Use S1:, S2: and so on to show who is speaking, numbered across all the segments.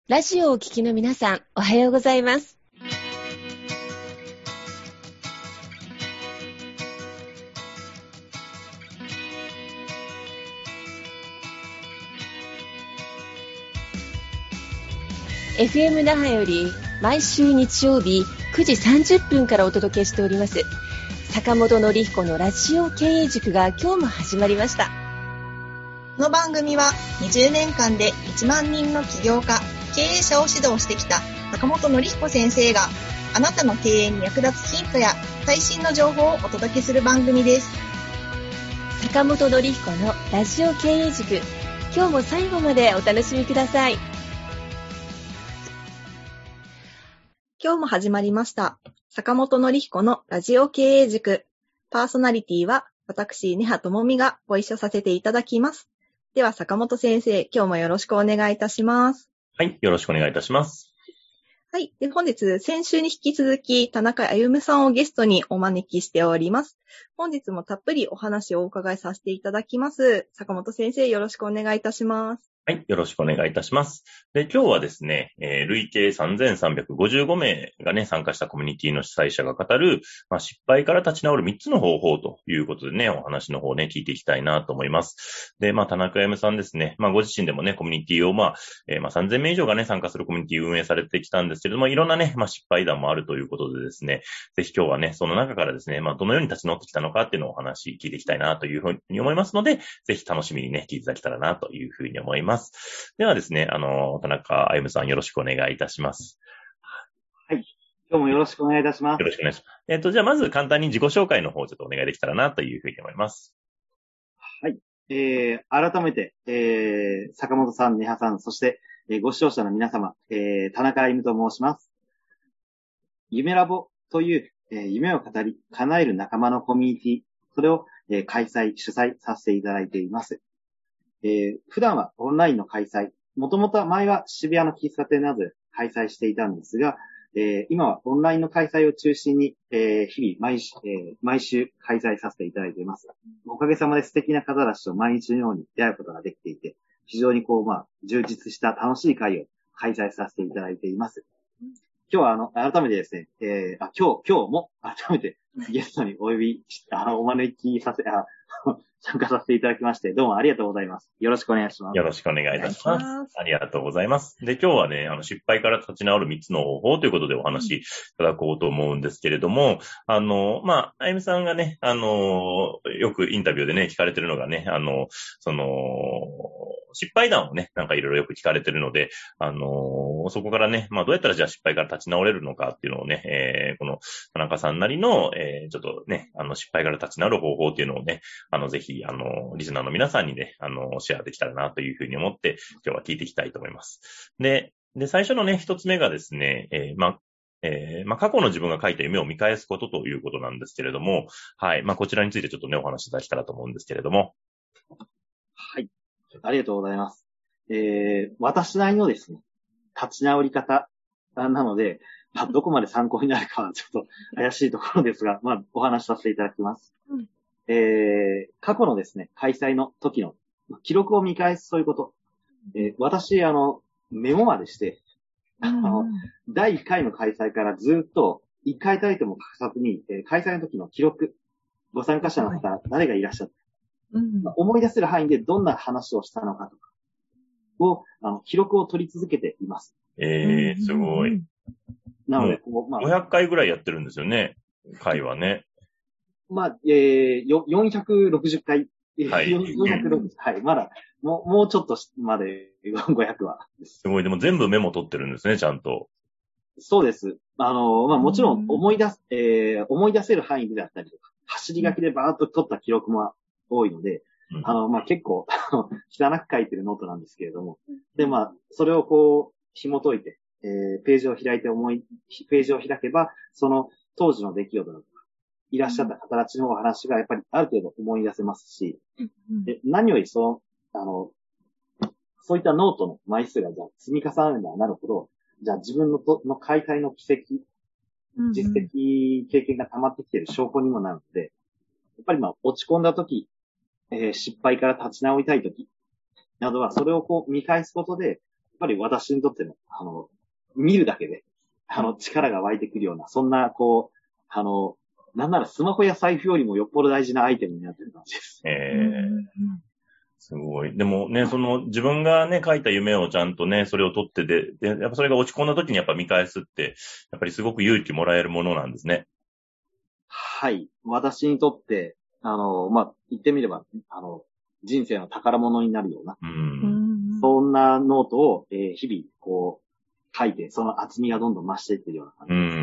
S1: ラジオをお聞きの皆さん、おはようございます。FM 那覇より毎週日曜日9時30分からお届けしております坂本典彦のラジオ経営塾が今日も始まりました。
S2: この番組は20年間で1万人の起業家、経営者を指導してきた坂本典彦先生があなたの経営に役立つヒントや最新の情報をお届けする番組です。
S1: 坂本典彦のラジオ経営塾、今日も最後までお楽しみください。
S2: 今日も始まりました坂本典彦のラジオ経営塾。パーソナリティは私根葉智美がご一緒させていただきます。では坂本先生、今日もよろしくお願いいたします。
S3: はい、よろしくお願いいたします。
S2: はい。で、本日、先週に引き続き、田中歩さんをゲストにお招きしております。本日もたっぷりお話をお伺いさせていただきます。坂本先生、よろしくお願いいたします。
S3: はい、よろしくお願いいたします。で、今日はですね、累計3355名がね、参加したコミュニティの主催者が語る、失敗から立ち直る3つの方法ということでね、お話の方をね、聞いていきたいなと思います。で、田中歩さんですね、ご自身でもね、コミュニティを3000名以上がね、参加するコミュニティを運営されてきたんですけれども、いろんなね、失敗談もあるということでですね、ぜひ今日はね、その中からですね、どのように立ち直ってきたのかっていうのをお話聞いていきたいなというふうに思いますので、ぜひ楽しみにね、聞いていただけたらなというふうに思います。ではですね、田中歩さんよろしくお願いいたします。
S4: はい。今日もよろしくお願いいたします。
S3: よろしくお願いします。じゃあまず簡単に自己紹介の方をちょっとお願いできたらなというふうに思います。
S4: はい。改めて、坂本さん、根葉さん、そして、ご視聴者の皆様、田中歩と申します。夢ラボという、夢を語り、叶える仲間のコミュニティ、それを、主催させていただいています。普段はオンラインの開催、もともと前は渋谷の喫茶店などで開催していたんですが、今はオンラインの開催を中心に、日々毎週開催させていただいています。おかげさまで素敵な方たちと毎日のように出会うことができていて、非常に充実した楽しい会を開催させていただいています。今日は改めてですね、今日も改めてゲストにお招きさせ、参加させていただきまして、どうもありがとうございます。よろしくお願いします。
S3: よろしくお願いいたします。ありがとうございます。で、今日はね、失敗から立ち直る3つの方法ということでお話しいただこうと思うんですけれども、あゆみさんがね、よくインタビューでね、聞かれてるのがね、失敗談をね、なんかいろいろよく聞かれてるので、そこからね、どうやったらじゃあ失敗から立ち直れるのかっていうのをね、この田中さんなりの、ちょっとね、失敗から立ち直る方法っていうのをね、ぜひ、リスナーの皆さんにね、シェアできたらなというふうに思って、今日は聞いていきたいと思います。で、最初のね、一つ目がですね、過去の自分が書いた夢を見返すことということなんですけれども、はい。こちらについてちょっとね、お話しいただけたらと思うんですけれども。
S4: はい。ありがとうございます。私なりのですね、立ち直り方なので、どこまで参考になるかはちょっと怪しいところですが、お話しさせていただきます。過去のですね、開催の時の記録を見返すそういうこと。私、メモまでして、第1回の開催からずっと1回たりとも欠かさずに、開催の時の記録、ご参加者の方、誰がいらっしゃった、思い出せる範囲でどんな話をしたのかとかを、記録を取り続けています。
S3: すごい。
S4: なので、
S3: 500回ぐらいやってるんですよね、回はね。
S4: 460回。
S3: はい。
S4: 460、はい。まだ、もうちょっとまで500は。
S3: すごい。でも全部メモ取ってるんですね、ちゃんと。
S4: そうです。もちろん思い出せる範囲でだったりとか、走り書きでバーッと取った記録も多いので、結構、汚く書いてるノートなんですけれども。で、それを紐解いて、ページを開けば、その当時の出来事だとか、いらっしゃった方たちのお話がやっぱりある程度思い出せますし、で何よりそういったノートの枚数がじゃあ積み重なるのはなるほど、じゃあ自分の開催の奇跡、実績、経験が溜まってきている証拠にもなるので、やっぱり落ち込んだ時、失敗から立ち直りたい時などは、それを見返すことで、 ぱり私にとっての、見るだけで、力が湧いてくるような、そんな、こう、なんならスマホや財布よりもよっぽど大事なアイテムになってる感じです。
S3: すごい。でもね、自分がね、書いた夢をちゃんとね、それを取ってで、やっぱそれが落ち込んだ時にやっぱ見返すって、やっぱりすごく勇気もらえるものなんですね。
S4: はい。私にとって、言ってみれば、人生の宝物になるような、そんなノートを、日々、こう、書いて、その厚みがどんどん増していってるような感じです。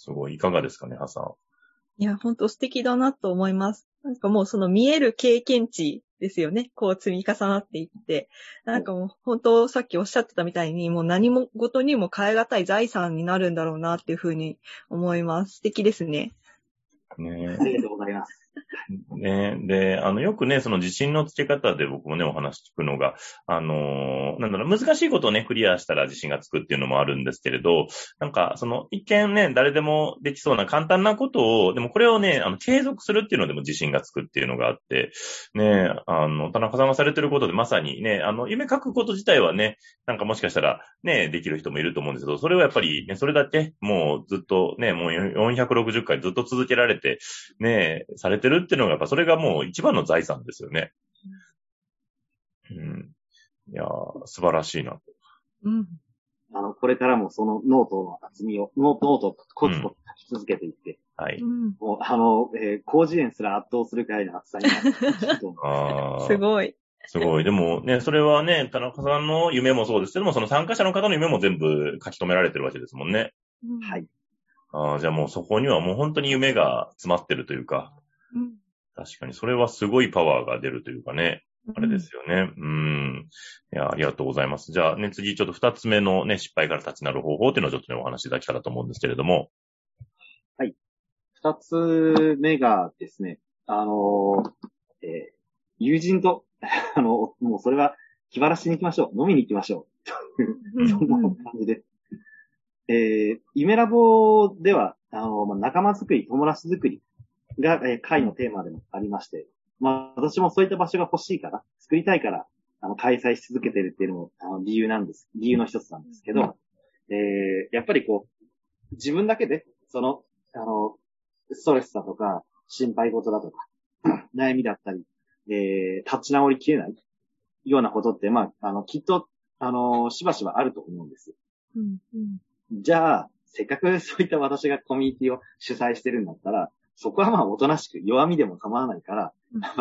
S3: すごい。いかがですかね、ハさん。
S2: いや、本当素敵だなと思います。なんかもうその見える経験値ですよね。こう積み重なっていって。なんかもう本当さっきおっしゃってたみたいに、もう何も事にも変え難い財産になるんだろうなっていうふうに思います。素敵ですね。
S4: ねありがとうございます。
S3: ねで、よくね、その自信のつけ方で僕もね、お話聞くのが、難しいことをね、クリアしたら自信がつくっていうのもあるんですけれど、なんか、一見ね、誰でもできそうな簡単なことを、でもこれをね、継続するっていうのでも自信がつくっていうのがあって、ね、田中さんがされてることでまさにね、夢書くこと自体はね、なんかもしかしたらね、できる人もいると思うんですけど、それをやっぱりね、それだけもうずっとね、もう460回ずっと続けられて、ね、されてるっていうのがやっぱそれがもう一番の財産ですよね。いやー、素晴らしいなと。
S4: これからもそのノートの厚みを、ノートをコツコツ書き続けていって、
S3: はい。
S4: もう広辞苑すら圧倒するくらいの厚さになって
S2: すごい。
S3: すごい。でもね、それはね、田中さんの夢もそうですけども、その参加者の方の夢も全部書き留められてるわけですもんね。
S4: はい。
S3: じゃあもうそこにはもう本当に夢が詰まってるというか、確かにそれはすごいパワーが出るというかね、あれですよね。いや、ありがとうございます。じゃあね、次ちょっと二つ目のね、失敗から立ち直る方法っていうのをちょっとね、お話しいただきたらと思うんですけれども。
S4: はい。二つ目がですね、友人と、もうそれは気晴らしに行きましょう。飲みに行きましょう。そんな感じです。夢ラボでは、仲間作り、友達作りが、会のテーマでもありまして、私もそういった場所が欲しいから、作りたいから、開催し続けてるっていうのも、理由の一つなんですけど、やっぱりこう、自分だけで、ストレスだとか、心配事だとか、悩みだったり、立ち直りきれないようなことって、きっと、しばしばあると思うんです。じゃあ、せっかくそういった私がコミュニティを主催してるんだったら、そこはおとなしく、弱みでも構わないから、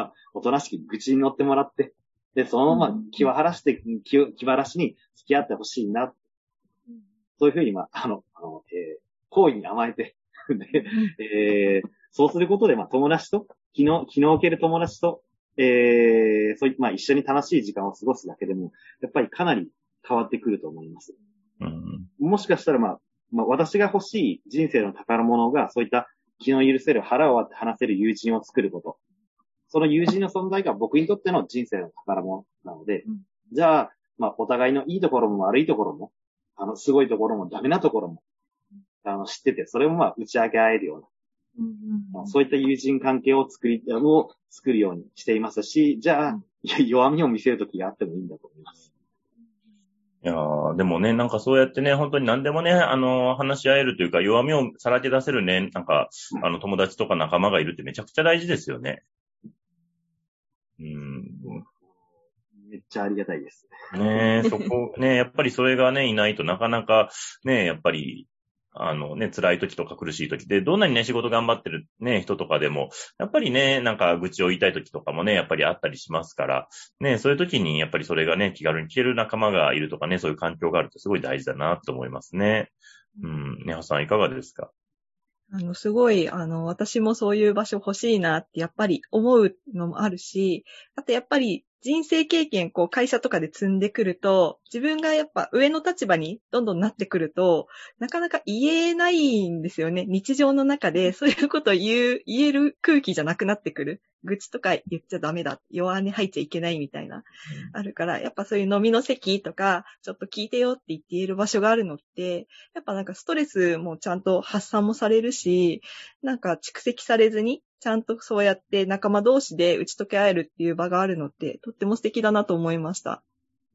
S4: おとなしく愚痴に乗ってもらって、で、そのまま気晴らしに付き合ってほしいな。そういうふうに、好意に甘えてで、そうすることで、友達と、気の置ける友達と、そういった、一緒に楽しい時間を過ごすだけでも、やっぱりかなり変わってくると思います。もしかしたら、私が欲しい人生の宝物が、そういった気の許せる腹を割って話せる友人を作ること。その友人の存在が僕にとっての人生の宝物なので、じゃあ、お互いのいいところも悪いところも、すごいところもダメなところも、知ってて、それも打ち明け合えるような、そういった友人関係を作るようにしていますし、じゃあ、弱みを見せるときがあってもいいんだと思います。
S3: いやー、でもね、なんかそうやってね、本当に何でもね、話し合えるというか、弱みをさらけ出せるね、なんか、友達とか仲間がいるってめちゃくちゃ大事ですよね。
S4: めっちゃありがたいです。
S3: ねそこ、ね、やっぱりそれがね、いないとなかなか、ね、やっぱり、辛い時とか苦しい時で、どんなにね、仕事頑張ってるね、人とかでも、やっぱりね、なんか愚痴を言いたい時とかもね、やっぱりあったりしますから、ね、そういう時にやっぱりそれがね、気軽に聞ける仲間がいるとかね、そういう環境があるとすごい大事だなと思いますね。ねはさんいかがですか？
S2: すごい、私もそういう場所欲しいなってやっぱり思うのもあるし、あとやっぱり人生経験、会社とかで積んでくると、自分がやっぱ上の立場にどんどんなってくると、なかなか言えないんですよね。日常の中でそういうことを言える空気じゃなくなってくる。愚痴とか言っちゃダメだ。弱音吐いちゃいけないみたいな。あるから、やっぱそういう飲みの席とか、ちょっと聞いてよって言って言える場所があるのって、やっぱなんかストレスもちゃんと発散もされるし、なんか蓄積されずに、ちゃんとそうやって仲間同士で打ち解け合えるっていう場があるのって、とっても素敵だなと思いました。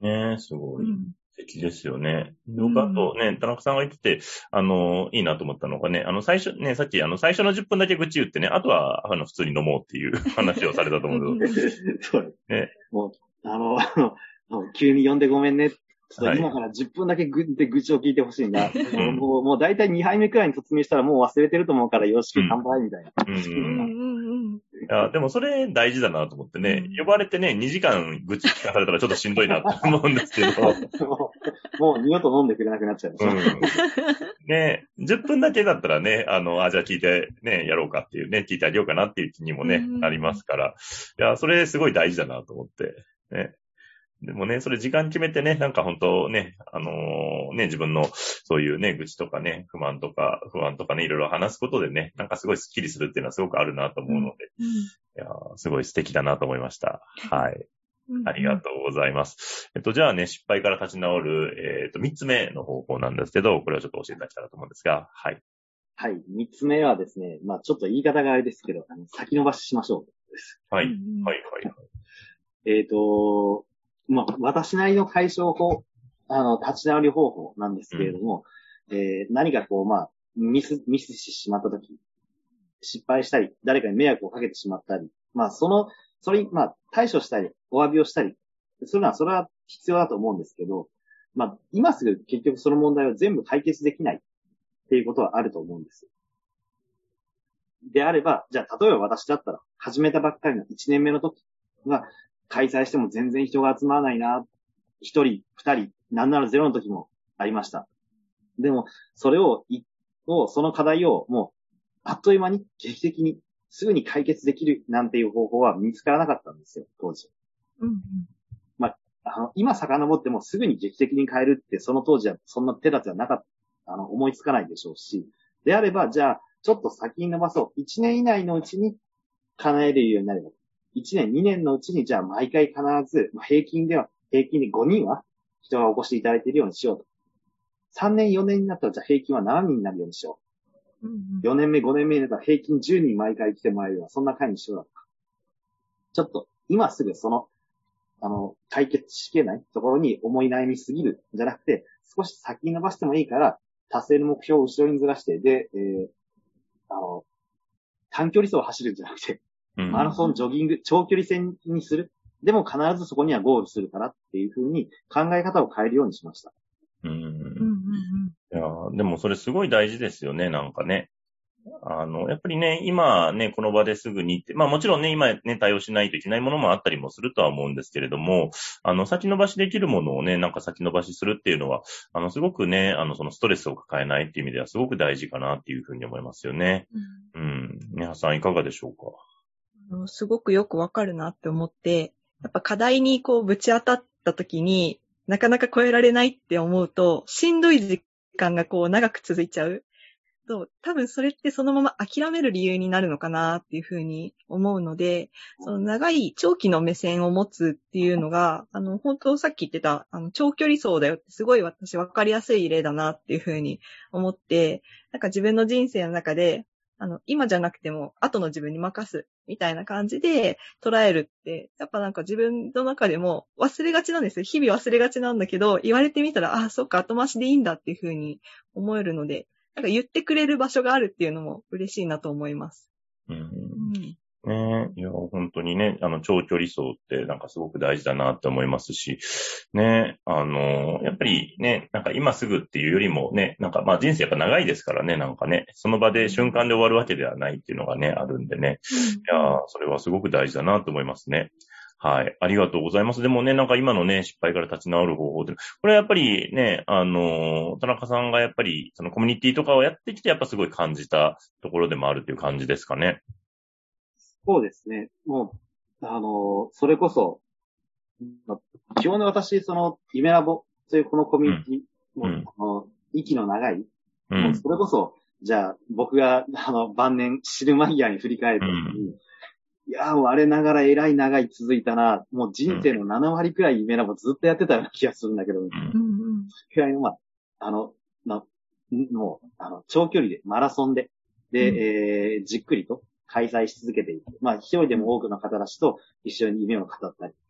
S3: ね、すごい。
S2: うん
S3: 素敵ですよね。
S2: ん
S3: 僕、あとね、田中さんが言ってて、いいなと思ったのがね、最初、ね、さっき、最初の10分だけ愚痴言ってね、あとは、普通に飲もうっていう話をされたと思うけど、
S4: そうです。
S3: ね、
S4: もう、急に呼んでごめんね。ちょっ
S3: はい。
S4: と今から10分だけ愚痴を聞いてほしいんだ。
S3: ん
S4: もう大体2杯目くらいに突入したらもう忘れてると思うからよろしく乾杯みたいな。
S3: うん。
S2: うん
S3: いや、でもそれ大事だなと思ってね、呼ばれてね、2時間愚痴聞かされたらちょっとしんどいなと思うんですけど、
S4: もう二度と飲んでくれなくなっちゃいました。
S3: ね、10分だけだったらね、じゃあ聞いてね、やろうかっていうね、聞いてあげようかなっていう気にもね、なりますから。いや、それすごい大事だなと思って。ね。でもね、それ時間決めてね、なんか本当ね、自分のそういうね、愚痴とかね、不安とかね、いろいろ話すことでね、なんかすごいスッキリするっていうのはすごくあるなと思うので、いや、すごい素敵だなと思いました。はい。ありがとうございます。じゃあね、失敗から立ち直る、3つ目の方法なんですけど、これをちょっと教えていただきたいなと思うんですが、はい。
S4: はい。三つ目はですね、まあちょっと言い方があれですけど、先延ばししましょうです。
S3: はい。はい。はい。
S4: まあ私なりの解消法、立ち直り方法なんですけれども、何かこう、まあ、ミスしてしまったとき、失敗したり、誰かに迷惑をかけてしまったり、まあそれに、まあ対処したり、お詫びをしたり、それは必要だと思うんですけど、まあ今すぐ結局その問題を全部解決できないっていうことはあると思うんです。であれば、じゃあ例えば私だったら、始めたばっかりの1年目の時は、開催しても全然人が集まらないな、1人、2人、なんならゼロの時もありました。でも、その課題をもう、あっという間に、劇的に、すぐに解決できるなんていう方法は見つからなかったんですよ、当時。まあ、今遡ってもすぐに劇的に変えるって、その当時はそんな手立てはなかった、思いつかないでしょうし、であれば、じゃあ、ちょっと先に伸ばそう。1年以内のうちに叶えるようになれば。1年、2年のうちに、じゃあ毎回必ず、平均で5人は人がお越しいただいているようにしようと。3年、4年になったら、じゃあ平均は7人になるようにしよう。4年目、5年目になったら平均10人毎回来てもらえるような、そんな会にしようだとか。ちょっと、今すぐ解決しきれないところに思い悩みすぎるんじゃなくて、少し先に伸ばしてもいいから、達成の目標を後ろにずらして、で、短距離走を走るんじゃなくて、マラソン、ジョギング、長距離戦にする。でも必ずそこにはゴールするからっていう風に考え方を変えるようにしました。
S3: いや、でもそれすごい大事ですよね、なんかね。やっぱりね、今ね、この場ですぐにって、まあもちろんね、今ね、対応しないといけないものもあったりもするとは思うんですけれども、先延ばしできるものをね、なんか先延ばしするっていうのは、すごくね、そのストレスを抱えないっていう意味ではすごく大事かなっていうふうに思いますよね。ねはさんいかがでしょうか？
S2: すごくよくわかるなって思って、やっぱ課題にこうぶち当たった時になかなか超えられないって思うと、しんどい時間がこう長く続いちゃう。多分それってそのまま諦める理由になるのかなっていうふうに思うので、その長い長期の目線を持つっていうのが、本当さっき言ってた、長距離走だよってすごい私分かりやすい例だなっていうふうに思って、なんか自分の人生の中で、今じゃなくても後の自分に任すみたいな感じで捉えるって、やっぱなんか自分の中でも忘れがちなんですよ。日々忘れがちなんだけど、言われてみたら、あ、そっか、後回しでいいんだっていうふうに思えるので、なんか言ってくれる場所があるっていうのも嬉しいなと思います。
S3: ねえ、いや、本当にね、長距離走ってなんかすごく大事だなって思いますし、ね、やっぱりね、なんか今すぐっていうよりもね、なんかまあ人生やっぱ長いですからね、なんかね、その場で瞬間で終わるわけではないっていうのがね、あるんでね、いや、それはすごく大事だなと思いますね。はい。ありがとうございます。でもね、なんか今のね、失敗から立ち直る方法で、これはやっぱりね、田中さんがやっぱり、そのコミュニティとかをやってきて、やっぱすごい感じたところでもあるっていう感じですかね。
S4: そうですね。もう、それこそ、基本で私、夢ラボというこのコミュニティ、息の長い、もうそれこそ、じゃあ、僕が、晩年死ぬ間際に振り返るときに、いやー、我ながら偉い長い続いたな。もう人生の7割くらい夢ラボずっとやってたような気がするんだけど、くらいの、まあ、もう、長距離で、マラソンで、じっくりと開催し続けていく。まあ、一人でも多くの方たちと一緒に夢を語ったり。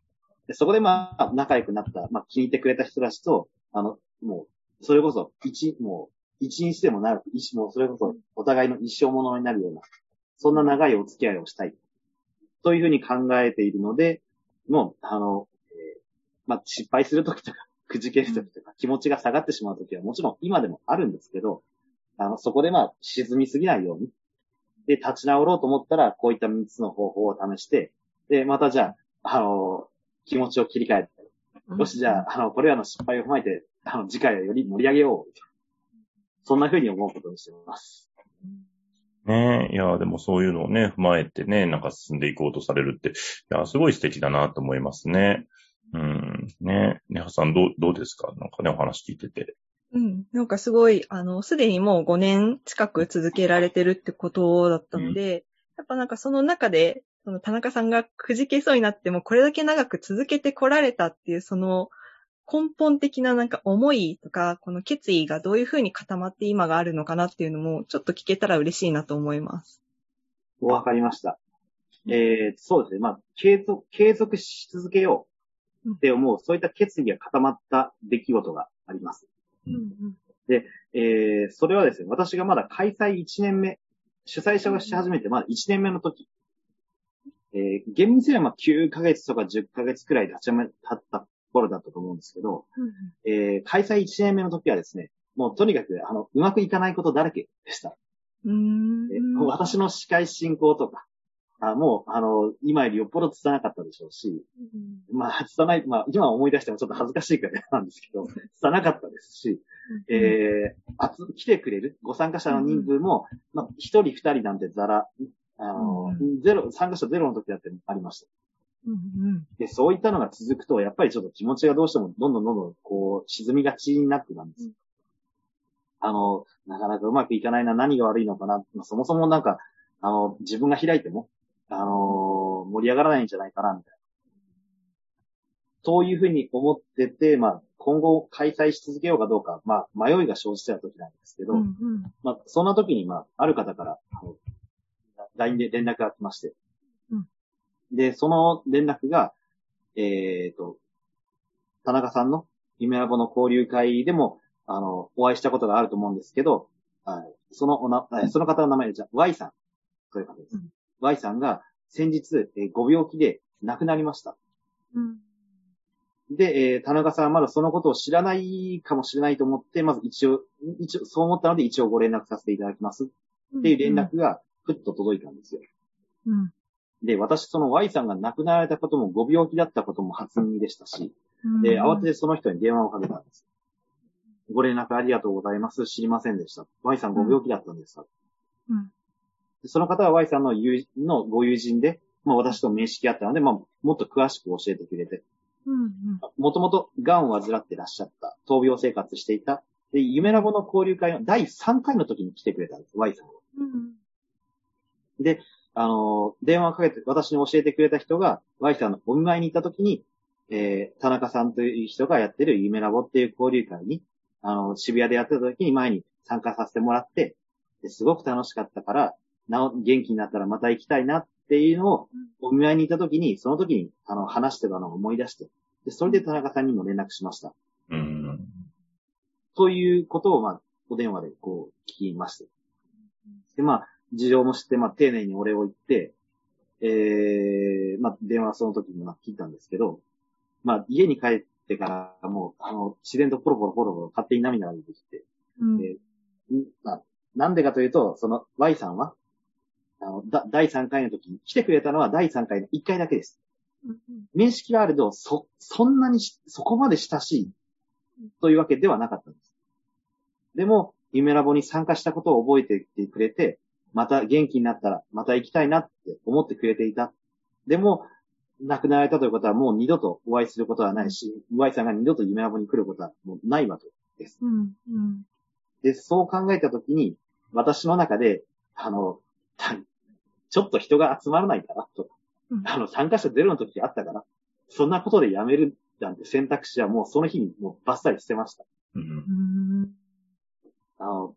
S4: でそこで仲良くなった、気に入ってくれた人たちと、もう、それこそ、もう、一日でもなる、もうそれこそ、お互いの一生ものになるような、そんな長いお付き合いをしたい。というふうに考えているので、もう、失敗するときとか、くじけるときとか、気持ちが下がってしまうときは、もちろん今でもあるんですけど、そこで沈みすぎないように。で、立ち直ろうと思ったら、こういった3つの方法を試して、で、またじゃあ、気持ちを切り替えて、よし、じゃあ、これらの失敗を踏まえて、次回はより盛り上げよう。そんな風に思うことにしています。
S3: ねえ、いや、でもそういうのをね、踏まえてね、なんか進んでいこうとされるって、いや、すごい素敵だなと思いますね。ねえ、ねはさんどうですか？なんかね、お話聞いてて。
S2: なんかすごい、すでにもう5年近く続けられてるってことだったので、やっぱなんかその中で、その田中さんがくじけそうになってもこれだけ長く続けてこられたっていう、その根本的ななんか思いとか、この決意がどういうふうに固まって今があるのかなっていうのも、ちょっと聞けたら嬉しいなと思います。
S4: わかりました。そうですね。継続し続けようって思う、そういった決意が固まった出来事があります。で、それはですね、私がまだ開催1年目、主催者がし始めてまだ1年目の時、厳密には9ヶ月とか10ヶ月くらい経った頃だったと思うんですけど、開催1年目の時はですね、もうとにかく、うまくいかないことだらけでした。私の司会進行とか、もう、今よりよっぽど拙かったでしょうし、拙い、今思い出してもちょっと恥ずかしいくらいなんですけど、拙かったですし、来てくれるご参加者の人数も、一人二人なんてザラ、参加者ゼロの時だってありました。で、そういったのが続くと、やっぱりちょっと気持ちがどうしてもどんどん、沈みがちになってたんです。なかなかうまくいかないな、何が悪いのかな、そもそもなんか、自分が開いても、盛り上がらないんじゃないかな、みたいな。そういうふうに思ってて、今後開催し続けようかどうか、迷いが生じてた時なんですけど、そんな時に、ある方から、LINE で連絡が来まして、で、その連絡が、田中さんの夢ラボの交流会でも、お会いしたことがあると思うんですけど、その方の名前で、じゃあ、Y さんという方です。Y さんが先日、ご病気で亡くなりました。で、田中さんはまだそのことを知らないかもしれないと思って、まず一応、そう思ったので一応ご連絡させていただきます。っていう連絡が、ふっと届いたんですよ。で、私、その Y さんが亡くなられたことも、ご病気だったことも初耳でしたし、慌ててその人に電話をかけたんです。ご連絡ありがとうございます。知りませんでした。Y さんご病気だったんですか、その方は Y さんのご友人で、私と面識あったので、もっと詳しく教えてくれて、もともと癌を患ってらっしゃった、闘病生活していた、で、夢ラボの交流会の第3回の時に来てくれたんです、Y さんは。で、電話をかけて、私に教えてくれた人が、Y さんのお見舞いに行った時に、田中さんという人がやってる夢ラボっていう交流会に、渋谷でやってた時に前に参加させてもらって、すごく楽しかったから、元気になったらまた行きたいなっていうのを、お見舞いに行った時に、その時に、話してたのを思い出して、で、それで田中さんにも連絡しました。そういうことを、お電話で聞きまして。で、事情も知って、丁寧にお礼を言って、電話その時に聞いたんですけど、家に帰ってからもう、自然とポロポロ勝手に涙が出てきて、なんでかというと、その Y さんは、第3回の時に来てくれたのは第3回の1回だけです。面識はあれど、そんなにそこまで親しいというわけではなかったんです。でも、夢ラボに参加したことを覚えていてくれて、また元気になったら、また行きたいなって思ってくれていた。でも、亡くなられたということはもう二度とお会いすることはないし、Y さんが二度と夢ラボに来ることはもうないわけです。で、そう考えたときに、私の中で、ちょっと人が集まらないかなと。参加者ゼロの時あったから、そんなことでやめるなんて選択肢はもうその日にもうバッサリ捨てました。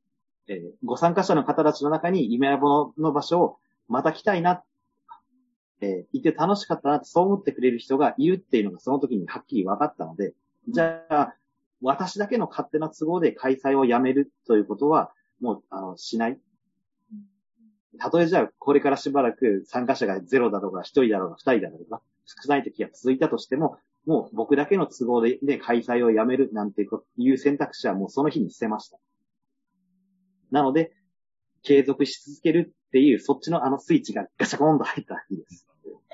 S4: ご参加者の方たちの中に夢ラボの場所をまた来たいな。 いて楽しかったなってそう思ってくれる人がいるっていうのがその時にはっきり分かったので、じゃあ、私だけの勝手な都合で開催をやめるということは、もう、しない。たとえじゃあ、これからしばらく参加者が0だろうが、1人だろうが、2人だろうが、少ない時が続いたとしても、もう僕だけの都合で、開催をやめるなんていう選択肢はもうその日に捨てました。なので、継続し続けるっていう、そっちのスイッチがガシャコーンと入った日です。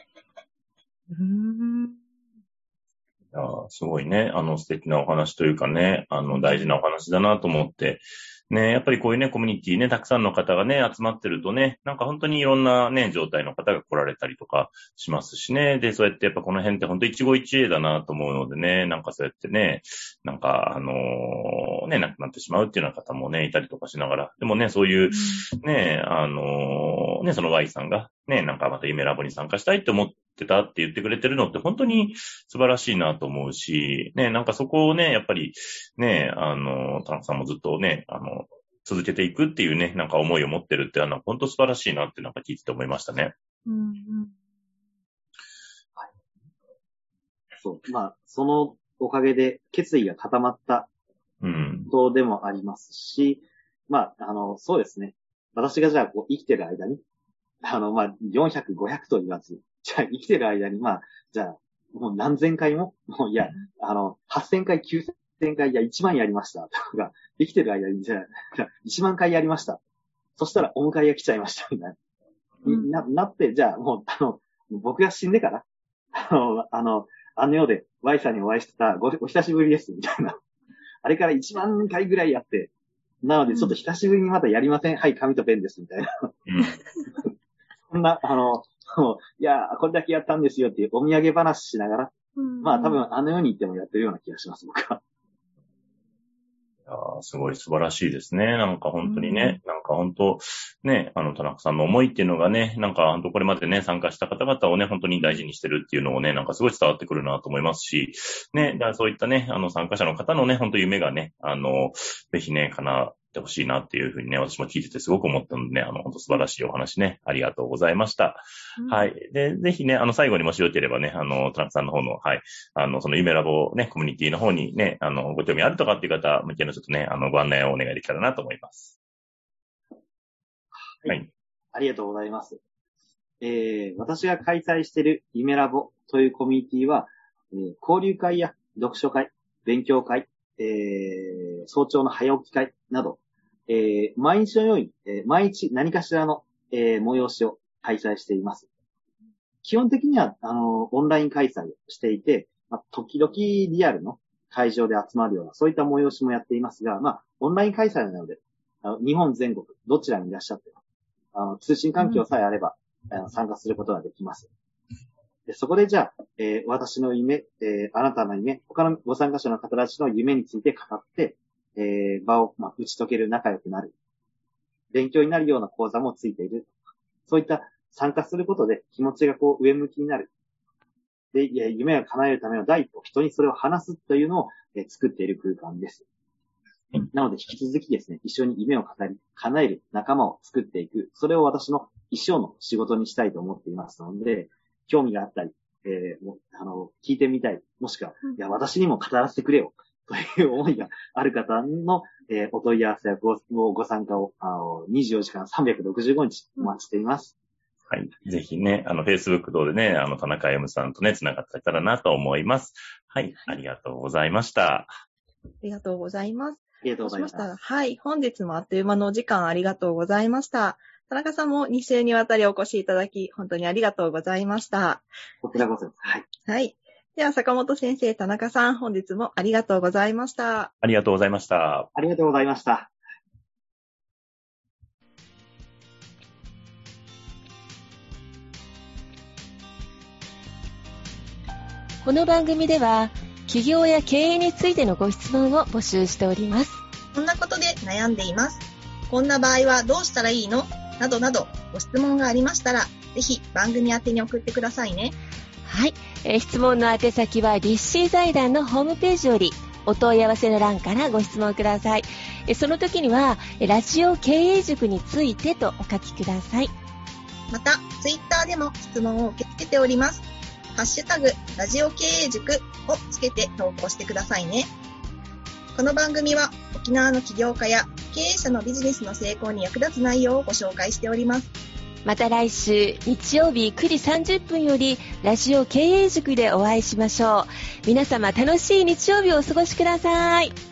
S3: いやすごいね、素敵なお話というかね、大事なお話だなと思って、ね、やっぱりこういうね、コミュニティね、たくさんの方がね、集まってるとね、なんか本当にいろんなね、状態の方が来られたりとかしますしね。で、そうやってやっぱこの辺って本当一期一会だなと思うのでね、なんかそうやってね、なんかね、亡くなってしまうっていうような方もね、いたりとかしながら、でもね、そういう、ね、ね、その Y さんがね、なんかまた夢ラボに参加したいって思ってたって言ってくれてるのって本当に素晴らしいなと思うし、ね、なんかそこをね、やっぱりね、田中さんもずっとね、続けていくっていうね、なんか思いを持ってるって本当素晴らしいなってなんか聞いてて思いましたね。
S4: はい。そう。まあ、そのおかげで決意が固まったことでもありますし、まあ、そうですね。私がじゃあこう生きてる間に、まあ、400、500と言わず、じゃあ生きてる間に、まあ、じゃあ、もう何千回も、もういや、8000回、9000回、いや、1万やりました。とか、生きてる間に、じゃあ、1万回やりました。そしたら、お迎えが来ちゃいました、みたいな。なって、じゃあ、もう、僕が死んでから、世で Y さんにお会いしてた、お久しぶりです、みたいな。あれから1万回ぐらいやって、なので、ちょっと久しぶりにまたやりません。はい、紙とペンです、みたいな。そんな、いや、これだけやったんですよっていうお土産話しながら、まあ多分世に行ってもやってるような気がします、僕は。
S3: すごい素晴らしいですね。なんか本当にね、なんか本当、ね、田中さんの思いっていうのがね、なんか本当これまでね、参加した方々をね、本当に大事にしてるっていうのをね、なんかすごい伝わってくるなと思いますし、ね、だからそういったね、参加者の方のね、本当夢がね、ぜひね、叶ってほしいなっていうふうにね、私も聞いててすごく思ったのでね、本当素晴らしいお話ね、ありがとうございました。はい。で、ぜひね、最後にもしよければね、田中さんの方の、はい、その夢ラボね、コミュニティの方にね、ご興味あるとかっていう方向けのちょっとね、ご案内をお願いできたらなと思います。
S4: はい。ありがとうございます。私が開催している夢ラボというコミュニティは、交流会や読書会、勉強会、早朝の早起き会など、毎日のように、毎日何かしらの、催しを開催しています。基本的には、オンライン開催をしていて、まあ、時々リアルの会場で集まるような、そういった催しもやっていますが、まあ、オンライン開催なので、日本全国、どちらにいらっしゃっても、通信環境さえあれば、参加することができます。でそこでじゃあ、私の夢、あなたの夢、他のご参加者の方たちの夢について語って、場を、打ち解ける、仲良くなる。勉強になるような講座もついている。そういった参加することで気持ちがこう上向きになる。で、夢を叶えるための第一歩、人にそれを話すというのを、作っている空間です。なので引き続きですね、一緒に夢を叶える仲間を作っていく。それを私の一生の仕事にしたいと思っていますので、興味があったり、聞いてみたい。もしくは、いや、私にも語らせてくれよ。という思いがある方の、お問い合わせやご参加を24時間365日お待ちしています。
S3: はい。ぜひね、Facebook 等でね、田中歩さんとね、繋がっていたらなと思います。はい。ありがとうございました。
S2: ありがとうございます。
S4: ありがとうございました。
S2: はい。本日もあっという間のお時間ありがとうございました。田中さんも2週にわたりお越しいただき、本当にありがとうございました。
S4: こちらこそ。はい。
S2: はい。では、坂本先生、田中さん、本日もありがとうございました。
S3: ありがとうございました。
S4: ありがとうございました。
S1: この番組では、起業や経営についてのご質問を募集しております。
S5: こんなことで悩んでいます。こんな場合はどうしたらいいの？などなど、ご質問がありましたら、ぜひ番組宛てに送ってくださいね。
S1: はい。質問の宛先は立志財団のホームページよりお問い合わせの欄からご質問ください。その時にはラジオ経営塾についてとお書きください。
S5: また、ツイッターでも質問を受け付けております。ハッシュタグ、ラジオ経営塾をつけて投稿してくださいね。この番組は、沖縄の起業家や経営者のビジネスの成功に役立つ内容をご紹介しております。
S1: また来週日曜日9時30分よりラジオ経営塾でお会いしましょう。皆様楽しい日曜日をお過ごしください。